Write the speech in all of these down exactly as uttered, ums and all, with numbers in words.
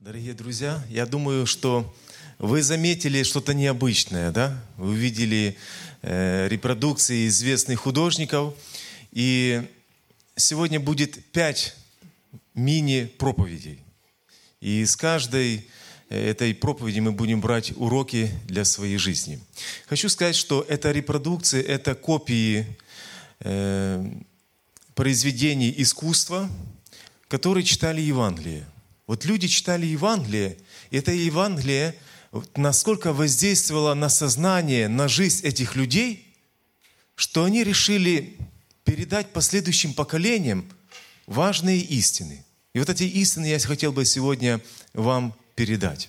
Дорогие друзья, я думаю, что вы заметили что-то необычное, да? Вы увидели э, репродукции известных художников, и сегодня будет пять мини-проповедей. И с каждой этой проповеди мы будем брать уроки для своей жизни. Хочу сказать, что это репродукции, это копии э, произведений искусства, которые читали Евангелие. Вот люди читали Евангелие, и это Евангелие насколько воздействовало на сознание, на жизнь этих людей, что они решили передать последующим поколениям важные истины. И вот эти истины я хотел бы сегодня вам передать.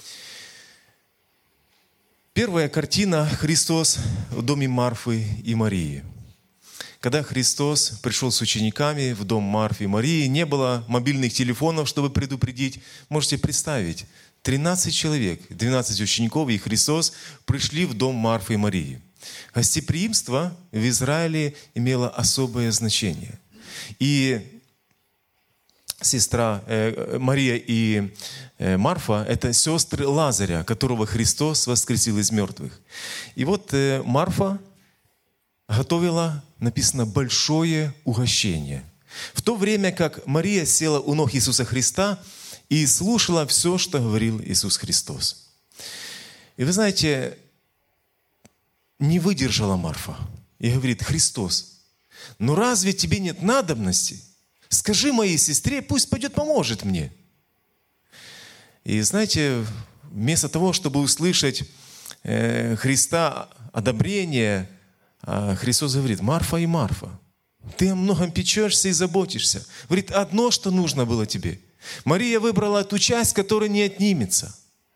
Первая картина – Христос в доме Марфы и Марии. Когда Христос пришел с учениками в дом Марфы и Марии, не было мобильных телефонов, чтобы предупредить. Можете представить, тринадцать человек, двенадцать учеников и Христос пришли в дом Марфы и Марии. Гостеприимство в Израиле имело особое значение. И сестра э, Мария и э, Марфа – это сестры Лазаря, которого Христос воскресил из мертвых. И вот э, Марфа готовила, написано, большое угощение. В то время как Мария села у ног Иисуса Христа и слушала все, что говорил Иисус Христос. И вы знаете, не выдержала Марфа и говорит: Христос, ну разве тебе нет надобности? Скажи моей сестре, пусть пойдет поможет мне. И знаете, вместо того, чтобы услышать э, Христа одобрение, Христос говорит: Марфа и Марфа, ты о многом печешься и заботишься. Говорит, одно, что нужно было тебе. Мария выбрала ту часть, которая не отнимется.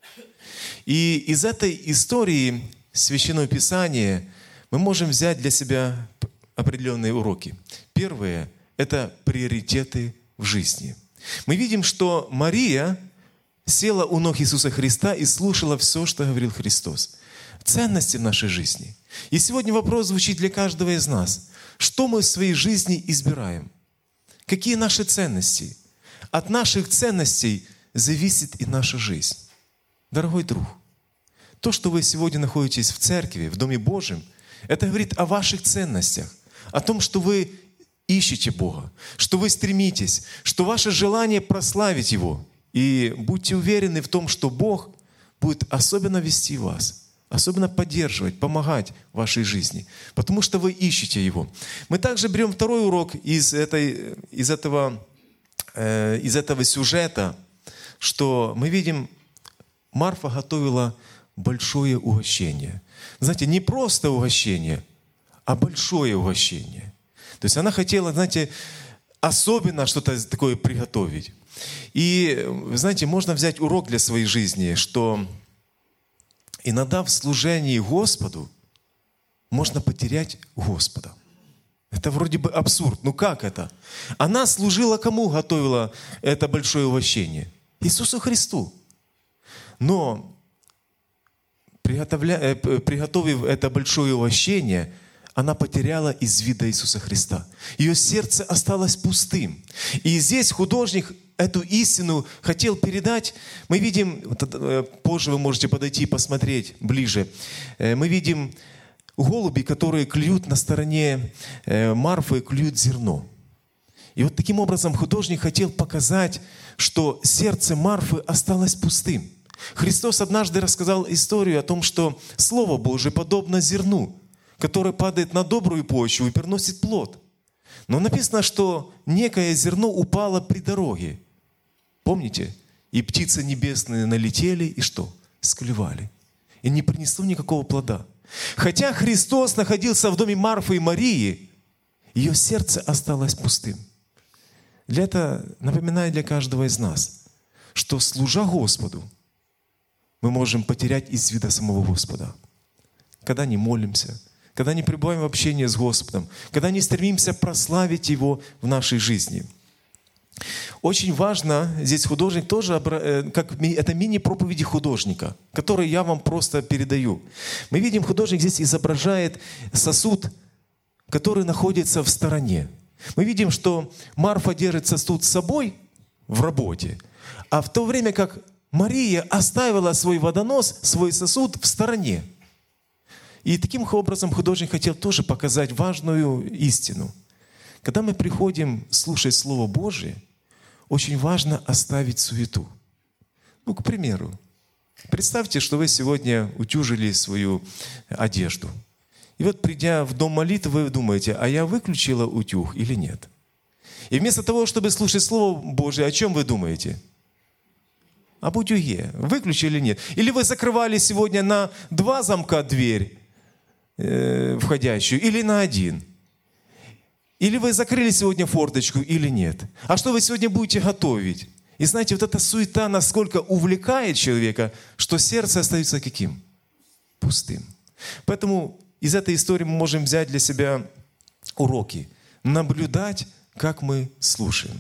И из этой истории Священного Писания мы можем взять для себя определенные уроки. Первое – это приоритеты в жизни. Мы видим, что Мария села у ног Иисуса Христа и слушала все, что говорил Христос. Ценности в нашей жизни. И сегодня вопрос звучит для каждого из нас. Что мы в своей жизни избираем? Какие наши ценности? От наших ценностей зависит и наша жизнь. Дорогой друг, то, что вы сегодня находитесь в церкви, в Доме Божьем, это говорит о ваших ценностях, о том, что вы ищете Бога, что вы стремитесь, что ваше желание прославить Его. И будьте уверены в том, что Бог будет особенно вести вас, особенно поддерживать, помогать в вашей жизни, потому что вы ищете Его. Мы также берем второй урок из, этой, из, этого, э, из этого сюжета, что мы видим, Марфа готовила большое угощение. Знаете, не просто угощение, а большое угощение. То есть она хотела, знаете, особенно что-то такое приготовить. И, знаете, можно взять урок для своей жизни, что иногда в служении Господу можно потерять Господа. Это вроде бы абсурд. Ну как это? Она служила кому, готовила это большое угощение? Иисусу Христу. Но приготовля... приготовив это большое угощение, она потеряла из вида Иисуса Христа. Ее сердце осталось пустым. И здесь художник эту истину хотел передать. Мы видим, позже вы можете подойти и посмотреть ближе, мы видим голуби, которые клюют на стороне Марфы, клюют зерно. И вот таким образом художник хотел показать, что сердце Марфы осталось пустым. Христос однажды рассказал историю о том, что Слово Божие подобно зерну, которое падает на добрую почву и приносит плод. Но написано, что некое зерно упало при дороге. Помните? И птицы небесные налетели и что? Склевали. И не принесло никакого плода. Хотя Христос находился в доме Марфы и Марии, ее сердце осталось пустым. Для этого напоминаю для каждого из нас, что служа Господу, мы можем потерять из вида самого Господа. Когда не молимся, когда не пребываем в общении с Господом, когда не стремимся прославить Его в нашей жизни. Очень важно, здесь художник тоже, как это мини-проповеди художника, которые я вам просто передаю. Мы видим, художник здесь изображает сосуд, который находится в стороне. Мы видим, что Марфа держит сосуд с собой в работе, А в то время как Мария оставила свой водонос, свой сосуд в стороне. И таким образом художник хотел тоже показать важную истину. Когда мы приходим слушать Слово Божие, очень важно оставить суету. Ну, к примеру, представьте, что вы сегодня утюжили свою одежду. И вот, придя в дом молитвы, вы думаете, а я выключила утюг или нет? И вместо того, чтобы слушать Слово Божие, о чем вы думаете? Об утюге. Выключили или нет? Или вы закрывали сегодня на два замка дверь э, входящую, или на один? Или вы закрыли сегодня форточку или нет? А что вы сегодня будете готовить? И знаете, вот эта суета насколько увлекает человека, что сердце остается каким? Пустым. Поэтому из этой истории мы можем взять для себя уроки. Наблюдать, как мы слушаем.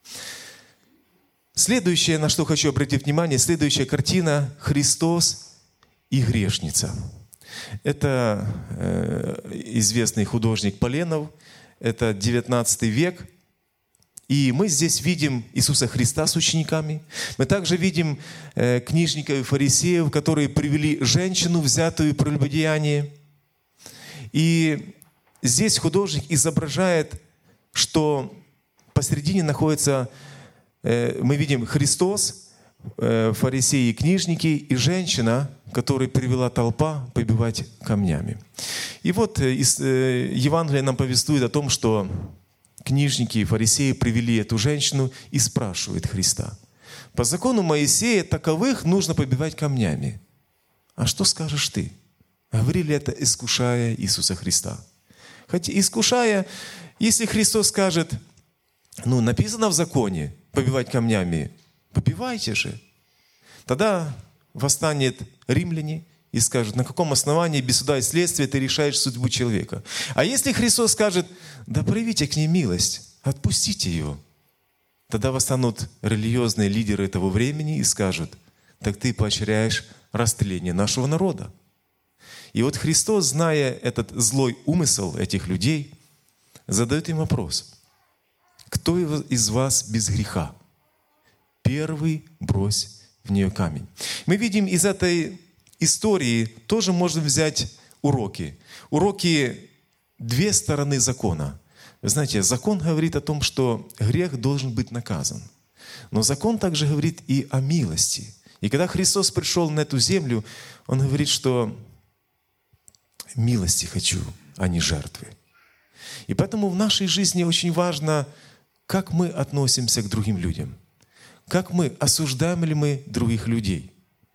Следующее, на что хочу обратить внимание, следующая картина – Христос и грешница. Это э, известный художник Поленов, это девятнадцатый век. И мы здесь видим Иисуса Христа с учениками. Мы также видим э, книжников и фарисеев, которые привели женщину, взятую в прелюбодеянии. И здесь художник изображает, что посередине находится, э, мы видим Христос, э, фарисеи и книжники, и женщина, которую привела толпа побивать камнями. И вот э, из, э, Евангелие нам повествует о том, что книжники и фарисеи привели эту женщину и спрашивают Христа: по закону Моисея таковых нужно побивать камнями. А что скажешь ты? Говорили это, искушая Иисуса Христа. Хотя искушая, если Христос скажет, ну, написано в законе побивать камнями, побивайте же. Тогда восстанет римляне и скажут, на каком основании без суда и следствия ты решаешь судьбу человека. А если Христос скажет, да проявите к ней милость, отпустите ее, тогда восстанут религиозные лидеры того времени и скажут, так ты поощряешь растление нашего народа. И вот Христос, зная этот злой умысел этих людей, задает им вопрос. Кто из вас без греха? Первый брось в нее камень. Мы видим из этой истории тоже можно взять уроки. Уроки две стороны закона. Вы знаете, закон говорит о том, что грех должен быть наказан. Но закон также говорит и о милости. И когда Христос пришел на эту землю, Он говорит, что милости хочу, а не жертвы. И поэтому в нашей жизни очень важно, как мы относимся к другим людям. Как мы, осуждаем ли мы других людей.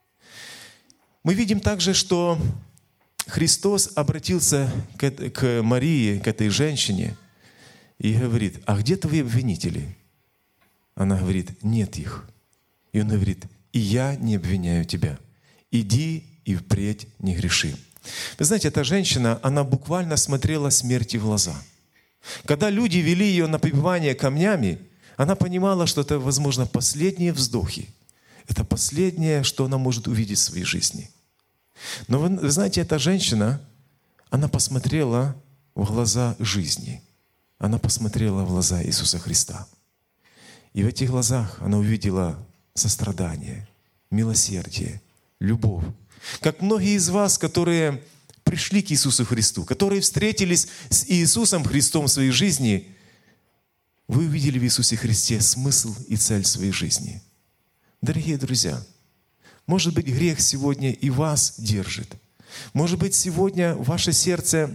Мы видим также, что Христос обратился к, к Марии, к этой женщине, и говорит, а где твои обвинители? Она говорит, нет их. И Он говорит, и я не обвиняю тебя. Иди и впредь не греши. Вы знаете, эта женщина, она буквально смотрела смерти в глаза. Когда люди вели ее на побивание камнями, она понимала, что это, возможно, последние вздохи. Это последнее, что она может увидеть в своей жизни. Но вы, вы знаете, эта женщина, она посмотрела в глаза жизни. Она посмотрела в глаза Иисуса Христа. И в этих глазах она увидела сострадание, милосердие, любовь. Как многие из вас, которые пришли к Иисусу Христу, которые встретились с Иисусом Христом в своей жизни, вы увидели в Иисусе Христе смысл и цель своей жизни. Дорогие друзья, может быть, грех сегодня и вас держит. Может быть, сегодня ваше сердце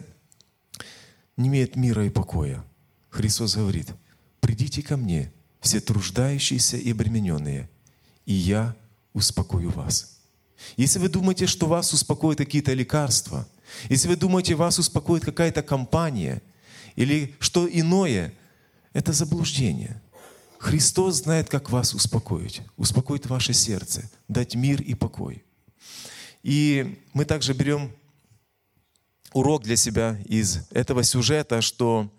не имеет мира и покоя. Христос говорит, придите ко мне, все труждающиеся и обремененные, и я успокою вас. Если вы думаете, что вас успокоят какие-то лекарства, если вы думаете, вас успокоит какая-то компания или что иное, это заблуждение. Христос знает, как вас успокоить, успокоить ваше сердце, дать мир и покой. И мы также берем урок для себя из этого сюжета, что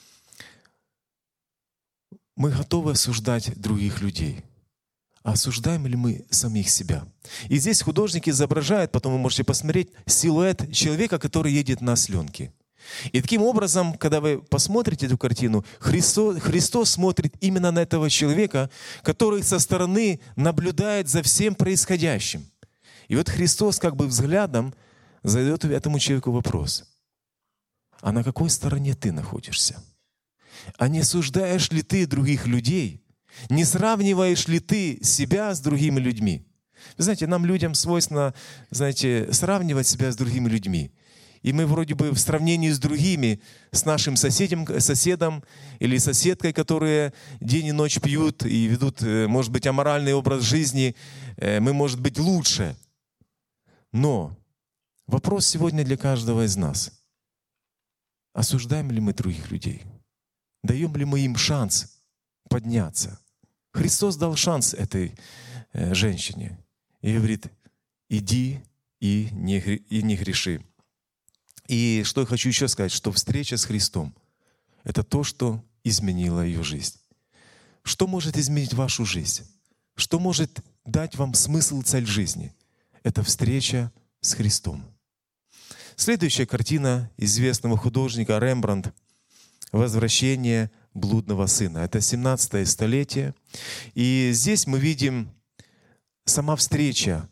мы готовы осуждать других людей. А осуждаем ли мы самих себя? И здесь художник изображает, потом вы можете посмотреть, силуэт человека, который едет на осленке. И таким образом, когда вы посмотрите эту картину, Христос, Христос смотрит именно на этого человека, который со стороны наблюдает за всем происходящим. И вот Христос как бы взглядом задает этому человеку вопрос: а на какой стороне ты находишься? А не осуждаешь ли ты других людей? Не сравниваешь ли ты себя с другими людьми? Вы знаете, нам, людям, свойственно, знаете, сравнивать себя с другими людьми. И мы вроде бы в сравнении с другими, с нашим соседем, соседом или соседкой, которые день и ночь пьют и ведут, может быть, аморальный образ жизни, мы, может быть, лучше. Но вопрос сегодня для каждого из нас: осуждаем ли мы других людей? Даем ли мы им шанс подняться? Христос дал шанс этой э, женщине и говорит: иди и не, и не греши. И что я хочу еще сказать, что встреча с Христом — это то, что изменило ее жизнь. Что может изменить вашу жизнь? Что может дать вам смысл, цель жизни? Это встреча с Христом. Следующая картина известного художника Рембрандт «Возвращение блудного сына». Это семнадцатое столетие. И здесь мы видим сама встреча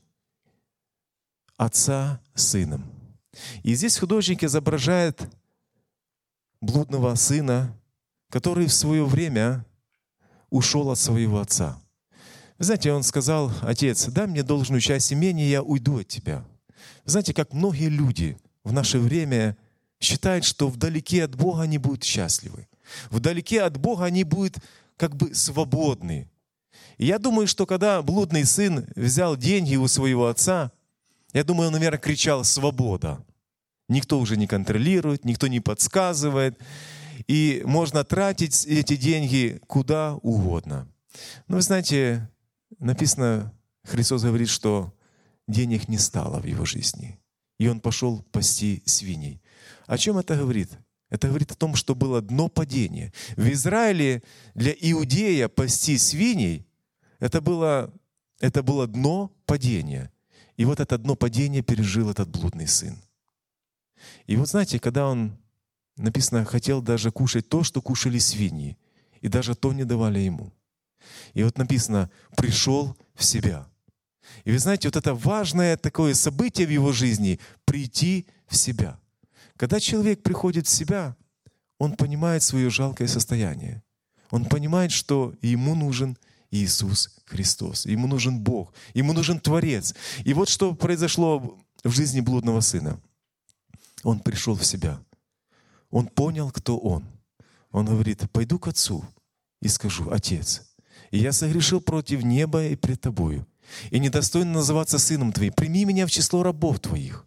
отца с сыном. И здесь художник изображает блудного сына, который в свое время ушел от своего отца. Вы знаете, он сказал: отец, дай мне должную часть имения, я уйду от тебя. Вы знаете, как многие люди в наше время считают, что вдалеке от Бога они будут счастливы. Вдалеке от Бога они будут как бы свободны. И я думаю, что когда блудный сын взял деньги у своего отца, я думаю, он, наверное, кричал: «Свобода!». Никто уже не контролирует, никто не подсказывает. И можно тратить эти деньги куда угодно. Но вы знаете, написано, Христос говорит, что денег не стало в его жизни. И он пошел пасти свиней. О чем это говорит? Это говорит о том, что было дно падения. В Израиле для иудея пасти свиней это было, это было дно падения. И вот это дно падения пережил этот блудный сын. И вот знаете, когда он, написано, хотел даже кушать то, что кушали свиньи, и даже то не давали ему. И вот написано: пришел в себя. И вы знаете, вот это важное такое событие в его жизни — прийти в себя. Когда человек приходит в себя, он понимает свое жалкое состояние. Он понимает, что ему нужен Иисус Христос, ему нужен Бог, ему нужен Творец. И вот что произошло в жизни блудного сына. Он пришел в себя. Он понял, кто он. Он говорит: пойду к отцу и скажу: отец, я согрешил против неба и пред тобою, и недостоин называться сыном твоим. Прими меня в число рабов твоих.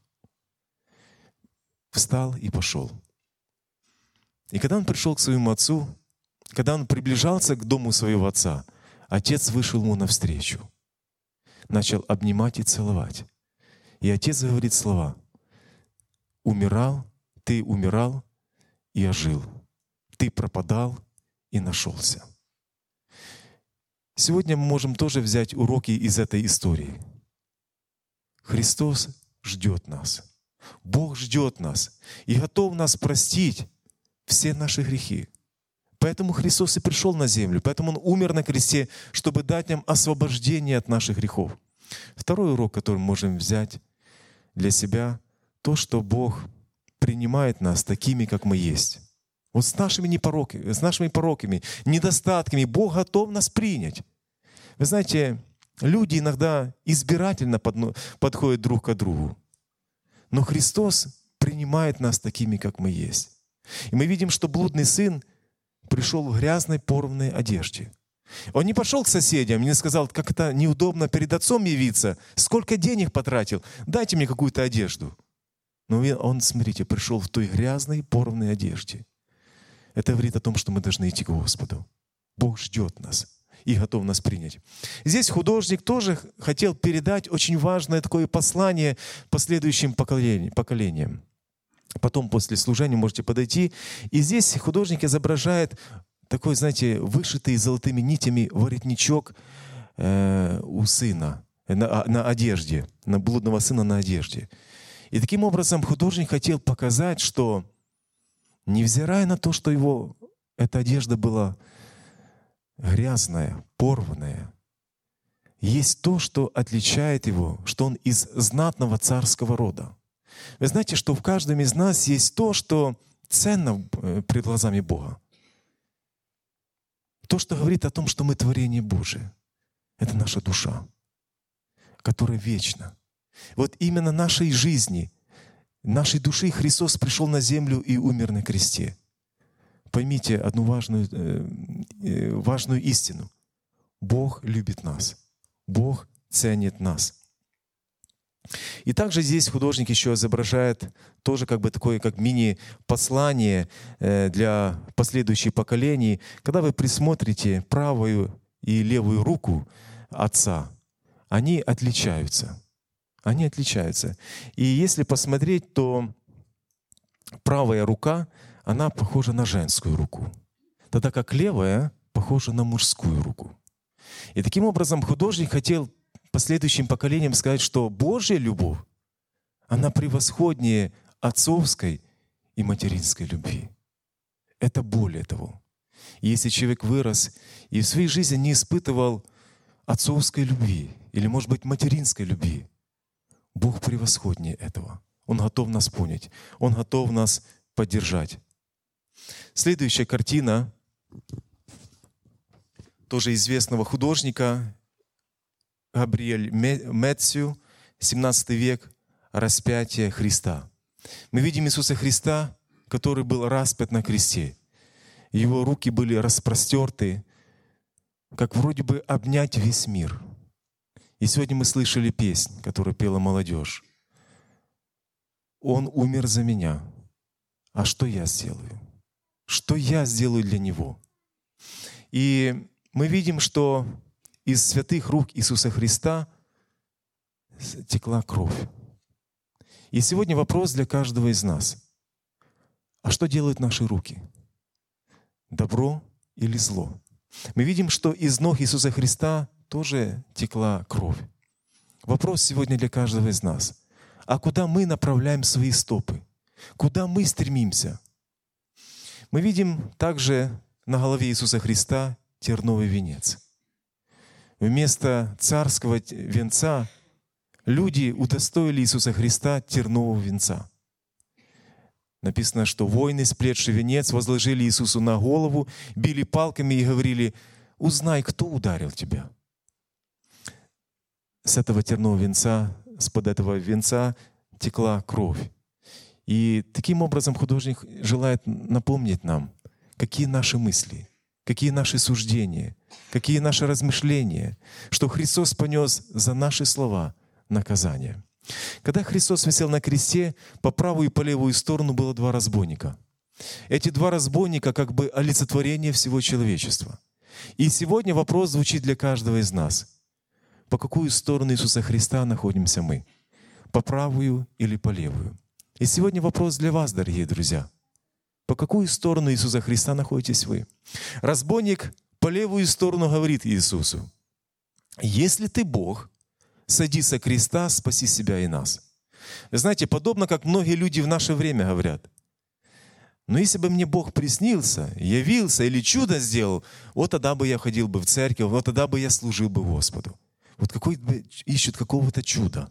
Встал и пошел. И когда он пришел к своему отцу, когда он приближался к дому своего отца, отец вышел ему навстречу, начал обнимать и целовать. И отец говорит слова: умирал, ты умирал и ожил. Ты пропадал и нашелся. Сегодня мы можем тоже взять уроки из этой истории. Христос ждет нас. Бог ждет нас и готов нас простить все наши грехи. Поэтому Христос и пришел на землю, поэтому Он умер на кресте, чтобы дать нам освобождение от наших грехов. Второй урок, который мы можем взять для себя, то, что Бог принимает нас такими, как мы есть. Вот с нашими непороками, с нашими пороками, недостатками Бог готов нас принять. Вы знаете, люди иногда избирательно подходят друг к другу. Но Христос принимает нас такими, как мы есть. И мы видим, что блудный сын пришел в грязной порванной одежде. Он не пошел к соседям и не сказал: как это неудобно перед отцом явиться, сколько денег потратил, дайте мне какую-то одежду. Но он, смотрите, пришел в той грязной порванной одежде. Это говорит о том, что мы должны идти к Господу. Бог ждет нас и готов нас принять. Здесь художник тоже хотел передать очень важное такое послание последующим поколениям. Потом после служения можете подойти. И здесь художник изображает такой, знаете, вышитый золотыми нитями воротничок э, у сына на, на одежде, на блудного сына на одежде. И таким образом художник хотел показать, что невзирая на то, что его эта одежда была грязная, порванная, есть то, что отличает его, что он из знатного царского рода. Вы знаете, что в каждом из нас есть то, что ценно пред глазами Бога. То, что говорит о том, что мы творение Божие. Это наша душа, которая вечна. Вот именно нашей жизни, нашей души Христос пришел на землю и умер на кресте. Поймите одну важную, э, важную истину. Бог любит нас. Бог ценит нас. И также здесь художник еще изображает тоже как бы такое как мини-послание для последующих поколений. Когда вы присмотрите правую и левую руку Отца, они отличаются. Они отличаются. И если посмотреть, то правая рука, она похожа на женскую руку, тогда как левая похожа на мужскую руку. И таким образом художник хотел последующим поколениям сказать, что Божья любовь, она превосходнее отцовской и материнской любви. Это более того. И если человек вырос и в своей жизни не испытывал отцовской любви или, может быть, материнской любви, Бог превосходнее этого. Он готов нас понять. Он готов нас поддержать. Следующая картина тоже известного художника Габриэль Метсю, семнадцатый век, распятие Христа. Мы видим Иисуса Христа, который был распят на кресте. Его руки были распростерты, как вроде бы обнять весь мир. И сегодня мы слышали песнь, которую пела молодежь. «Он умер за меня. А что я сделаю? Что я сделаю для Него?» И мы видим, что из святых рук Иисуса Христа текла кровь. И сегодня вопрос для каждого из нас. А что делают наши руки? Добро или зло? Мы видим, что из ног Иисуса Христа тоже текла кровь. Вопрос сегодня для каждого из нас. А куда мы направляем свои стопы? Куда мы стремимся? Мы видим также на голове Иисуса Христа терновый венец. Вместо царского венца люди удостоили Иисуса Христа тернового венца. Написано, что воины, сплетший венец, возложили Иисусу на голову, били палками и говорили: «Узнай, кто ударил тебя». С этого тернового венца, с-под этого венца текла кровь. И таким образом художник желает напомнить нам, какие наши мысли, какие наши суждения, какие наши размышления, что Христос понес за наши слова наказание. Когда Христос висел на кресте, по правую и по левую сторону было два разбойника. Эти два разбойника как бы олицетворение всего человечества. И сегодня вопрос звучит для каждого из нас. По какую сторону Иисуса Христа находимся мы? По правую или по левую? И сегодня вопрос для вас, дорогие друзья. По какую сторону Иисуса Христа находитесь вы? Разбойник по левую сторону говорит Иисусу: «Если ты Бог, сойди со креста, спаси себя и нас». Вы знаете, подобно как многие люди в наше время говорят: «Но если бы мне Бог приснился, явился или чудо сделал, вот тогда бы я ходил бы в церковь, вот тогда бы я служил бы Господу». Вот какой ищут какого-то чуда.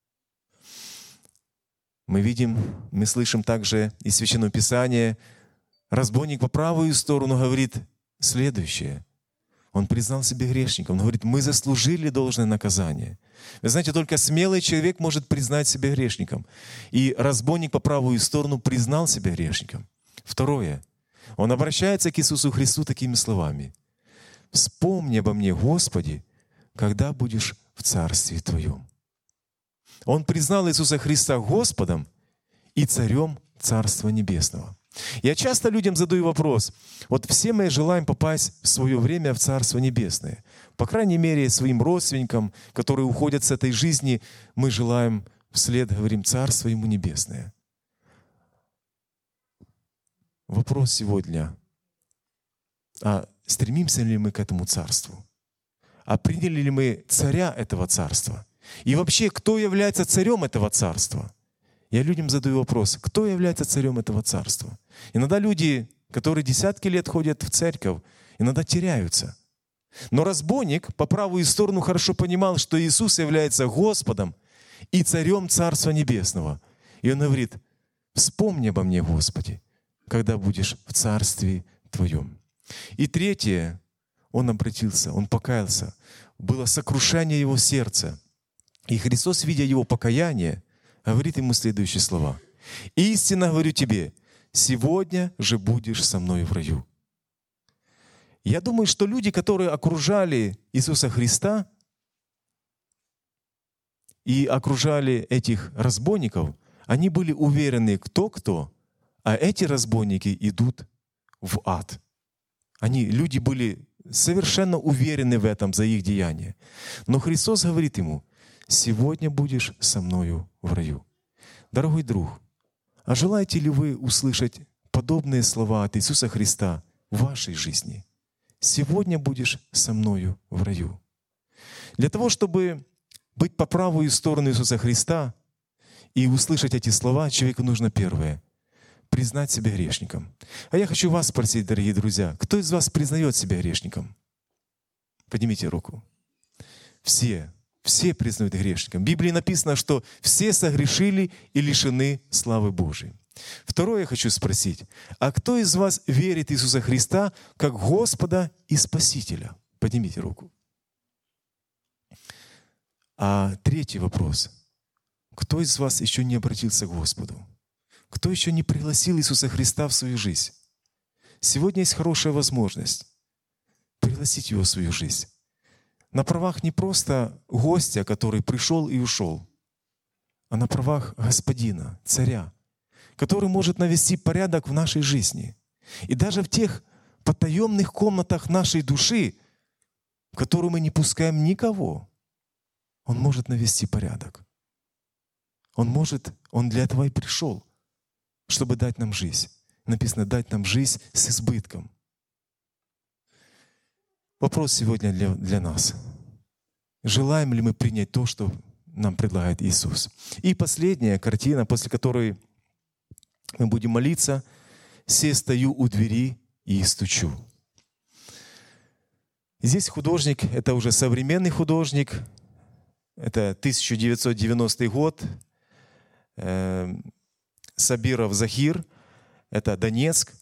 Мы видим, мы слышим также из Священного Писания, разбойник по правую сторону говорит следующее. Он признал себя грешником. Он говорит: мы заслужили должное наказание. Вы знаете, только смелый человек может признать себя грешником. И разбойник по правую сторону признал себя грешником. Второе. Он обращается к Иисусу Христу такими словами: «Вспомни обо мне, Господи, когда будешь в Царстве Твоем». Он признал Иисуса Христа Господом и Царем Царства Небесного. Я часто людям задаю вопрос. Вот все мы желаем попасть в свое время в Царство Небесное. По крайней мере, своим родственникам, которые уходят с этой жизни, мы желаем вслед, говорим: Царство Ему Небесное. Вопрос сегодня. А стремимся ли мы к этому Царству? А приняли ли мы Царя этого Царства? И вообще, кто является царем этого царства? Я людям задаю вопрос, кто является царем этого царства? Иногда люди, которые десятки лет ходят в церковь, иногда теряются. Но разбойник по правую сторону хорошо понимал, что Иисус является Господом и царем Царства Небесного. И он говорит: вспомни обо мне, Господи, когда будешь в Царстве Твоем. И третье, он обратился, он покаялся. Было сокрушение его сердца. И Христос, видя его покаяние, говорит ему следующие слова. «Истинно говорю тебе, сегодня же будешь со мной в раю». Я думаю, что люди, которые окружали Иисуса Христа и окружали этих разбойников, они были уверены, кто-кто, а эти разбойники идут в ад. Они, люди были совершенно уверены в этом за их деяния. Но Христос говорит ему: «Сегодня будешь со мною в раю». Дорогой друг, а желаете ли вы услышать подобные слова от Иисуса Христа в вашей жизни? «Сегодня будешь со мною в раю». Для того, чтобы быть по правую сторону Иисуса Христа и услышать эти слова, человеку нужно первое — признать себя грешником. А я хочу вас спросить, дорогие друзья, кто из вас признает себя грешником? Поднимите руку. Все. Все признают грешником. В Библии написано, что все согрешили и лишены славы Божией. Второе я хочу спросить, а кто из вас верит в Иисуса Христа как Господа и Спасителя? Поднимите руку. А третий вопрос. Кто из вас еще не обратился к Господу? Кто еще не пригласил Иисуса Христа в свою жизнь? Сегодня есть хорошая возможность пригласить Его в свою жизнь. На правах не просто гостя, который пришел и ушел, а на правах Господина, Царя, который может навести порядок в нашей жизни. И даже в тех потаенных комнатах нашей души, в которую мы не пускаем никого, Он может навести порядок. Он может, Он для этого и пришел, чтобы дать нам жизнь. Написано: дать нам жизнь с избытком. Вопрос сегодня для, для нас. Желаем ли мы принять то, что нам предлагает Иисус? И последняя картина, после которой мы будем молиться: «Се стою у двери и стучу». Здесь художник, это уже современный художник, это тысяча девятьсот девяностый год, э, Сабиров Захир, это Донецк.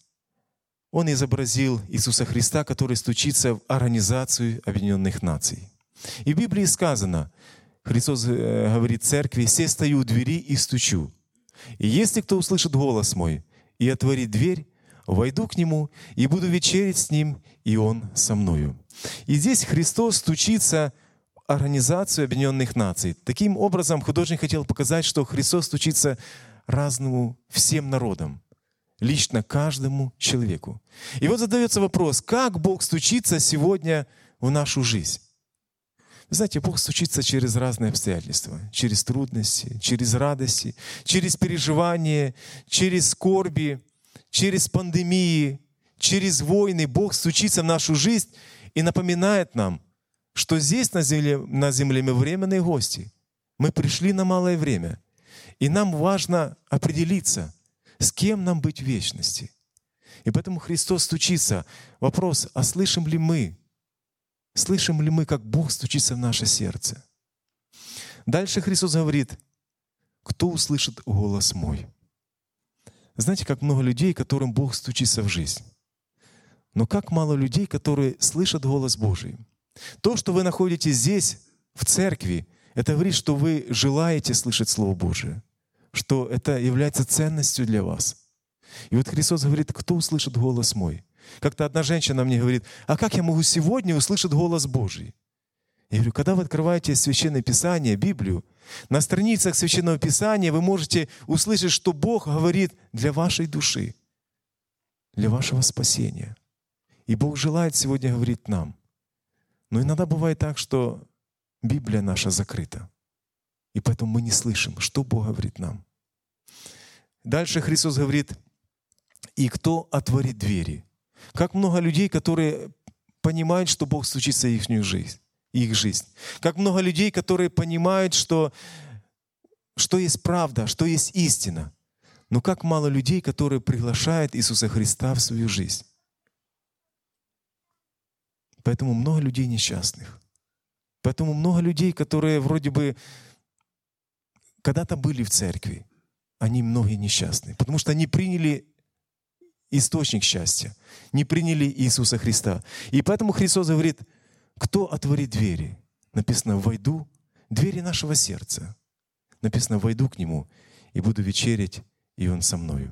Он изобразил Иисуса Христа, который стучится в Организацию Объединенных Наций. И в Библии сказано, Христос говорит церкви: «Се стою у двери и стучу. И если кто услышит голос мой и отворит дверь, войду к нему и буду вечерить с ним, и он со мною». И здесь Христос стучится в Организацию Объединенных Наций. Таким образом, художник хотел показать, что Христос стучится разному, всем народам, лично каждому человеку. И вот задается вопрос, как Бог стучится сегодня в нашу жизнь? Вы знаете, Бог стучится через разные обстоятельства, через трудности, через радости, через переживания, через скорби, через пандемии, через войны. Бог стучится в нашу жизнь и напоминает нам, что здесь на земле, на земле мы временные гости. Мы пришли на малое время. И нам важно определиться, с кем нам быть в вечности. И поэтому Христос стучится. Вопрос, а слышим ли мы? Слышим ли мы, как Бог стучится в наше сердце? Дальше Христос говорит: «Кто услышит голос мой?» Знаете, как много людей, которым Бог стучится в жизнь. Но как мало людей, которые слышат голос Божий. То, что вы находитесь здесь, в церкви, это говорит, что вы желаете слышать Слово Божие, что это является ценностью для вас. И вот Христос говорит: «Кто услышит голос мой?» Как-то одна женщина мне говорит: «А как я могу сегодня услышать голос Божий?» Я говорю: когда вы открываете Священное Писание, Библию, на страницах Священного Писания вы можете услышать, что Бог говорит для вашей души, для вашего спасения. И Бог желает сегодня говорить нам. Но иногда бывает так, что Библия наша закрыта. И поэтому мы не слышим, что Бог говорит нам. Дальше Христос говорит: «И кто отворит двери?» Как много людей, которые понимают, что Бог стучится в их жизнь. Их жизнь. Как много людей, которые понимают, что что есть правда, что есть истина. Но как мало людей, которые приглашают Иисуса Христа в свою жизнь. Поэтому много людей несчастных. Поэтому много людей, которые вроде бы когда-то были в церкви, они многие несчастны. Потому что они приняли источник счастья, не приняли Иисуса Христа. И поэтому Христос говорит, кто отворит двери? Написано, войду, двери нашего сердца. Написано, войду к Нему и буду вечерять, и Он со мною.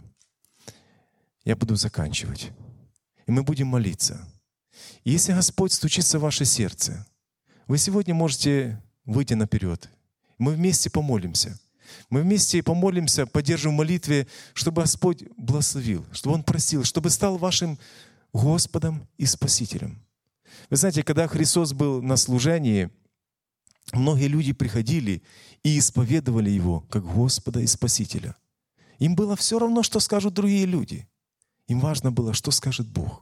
Я буду заканчивать. И мы будем молиться. И если Господь стучится в ваше сердце, вы сегодня можете выйти наперед. Мы вместе помолимся. Мы вместе помолимся, поддержим в молитве, чтобы Господь благословил, чтобы Он простил, чтобы стал вашим Господом и Спасителем. Вы знаете, когда Христос был на служении, многие люди приходили и исповедовали Его как Господа и Спасителя. Им было все равно, что скажут другие люди. Им важно было, что скажет Бог.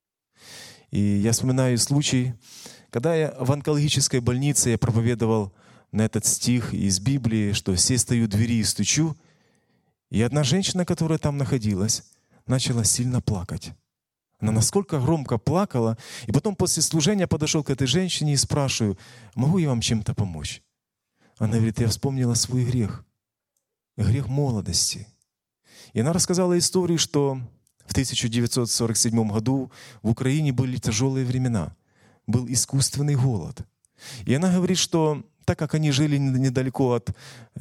И я вспоминаю случай, когда я в онкологической больнице я проповедовал на этот стих из Библии, что «все стою у двери и стучу», и одна женщина, которая там находилась, начала сильно плакать. Она насколько громко плакала, и потом после служения подошел к этой женщине и спрашиваю, могу я вам чем-то помочь? Она говорит, я вспомнила свой грех, грех молодости. И она рассказала историю, что в тысяча девятьсот сорок седьмом году в Украине были тяжелые времена, был искусственный голод. И она говорит, что так как они жили недалеко от,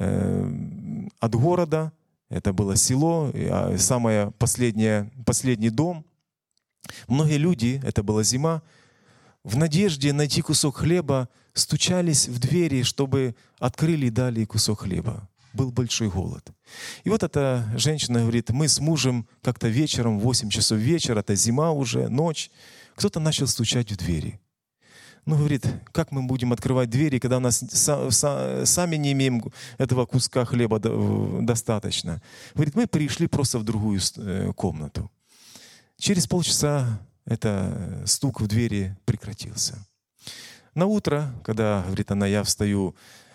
э, от города, это было село, а самое последнее, последний дом, многие люди, это была зима, в надежде найти кусок хлеба стучались в двери, чтобы открыли и дали кусок хлеба. Был большой голод. И вот эта женщина говорит, мы с мужем как-то вечером, в восемь часов вечера, это зима уже, ночь, кто-то начал стучать в двери. Ну, говорит, как мы будем открывать двери, когда у нас сами не имеем этого куска хлеба достаточно. Говорит, мы пришли просто в другую комнату. Через полчаса это стук в двери прекратился. На утро, когда, говорит она, я встаю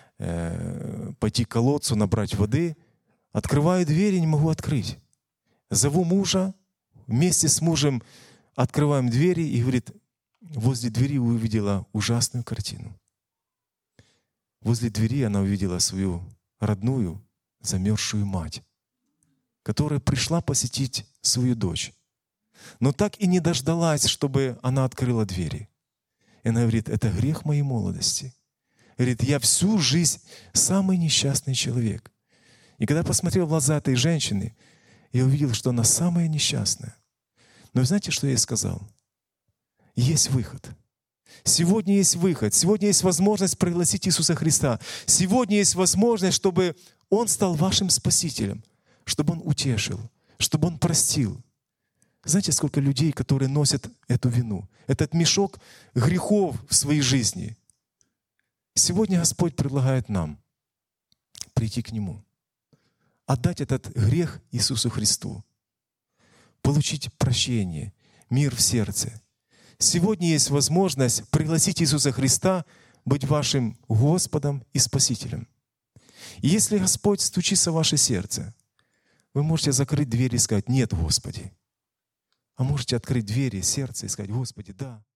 э, пойти к колодцу, набрать воды, открываю дверь и не могу открыть. Зову мужа, вместе с мужем открываем двери и, говорит, возле двери увидела ужасную картину. Возле двери она увидела свою родную, замерзшую мать, которая пришла посетить свою дочь, но так и не дождалась, чтобы она открыла двери. И она говорит, это грех моей молодости. Говорит, я всю жизнь самый несчастный человек. И когда я посмотрел в глаза этой женщины, я увидел, что она самая несчастная. Но знаете, что я ей сказал? Есть выход. Сегодня есть выход. Сегодня есть возможность пригласить Иисуса Христа. Сегодня есть возможность, чтобы Он стал вашим Спасителем, чтобы Он утешил, чтобы Он простил. Знаете, сколько людей, которые носят эту вину, этот мешок грехов в своей жизни. Сегодня Господь предлагает нам прийти к Нему, отдать этот грех Иисусу Христу, получить прощение, мир в сердце. Сегодня есть возможность пригласить Иисуса Христа быть вашим Господом и Спасителем. И если Господь стучится в ваше сердце, вы можете закрыть дверь и сказать «Нет, Господи». А можете открыть двери сердца и сказать «Господи, да».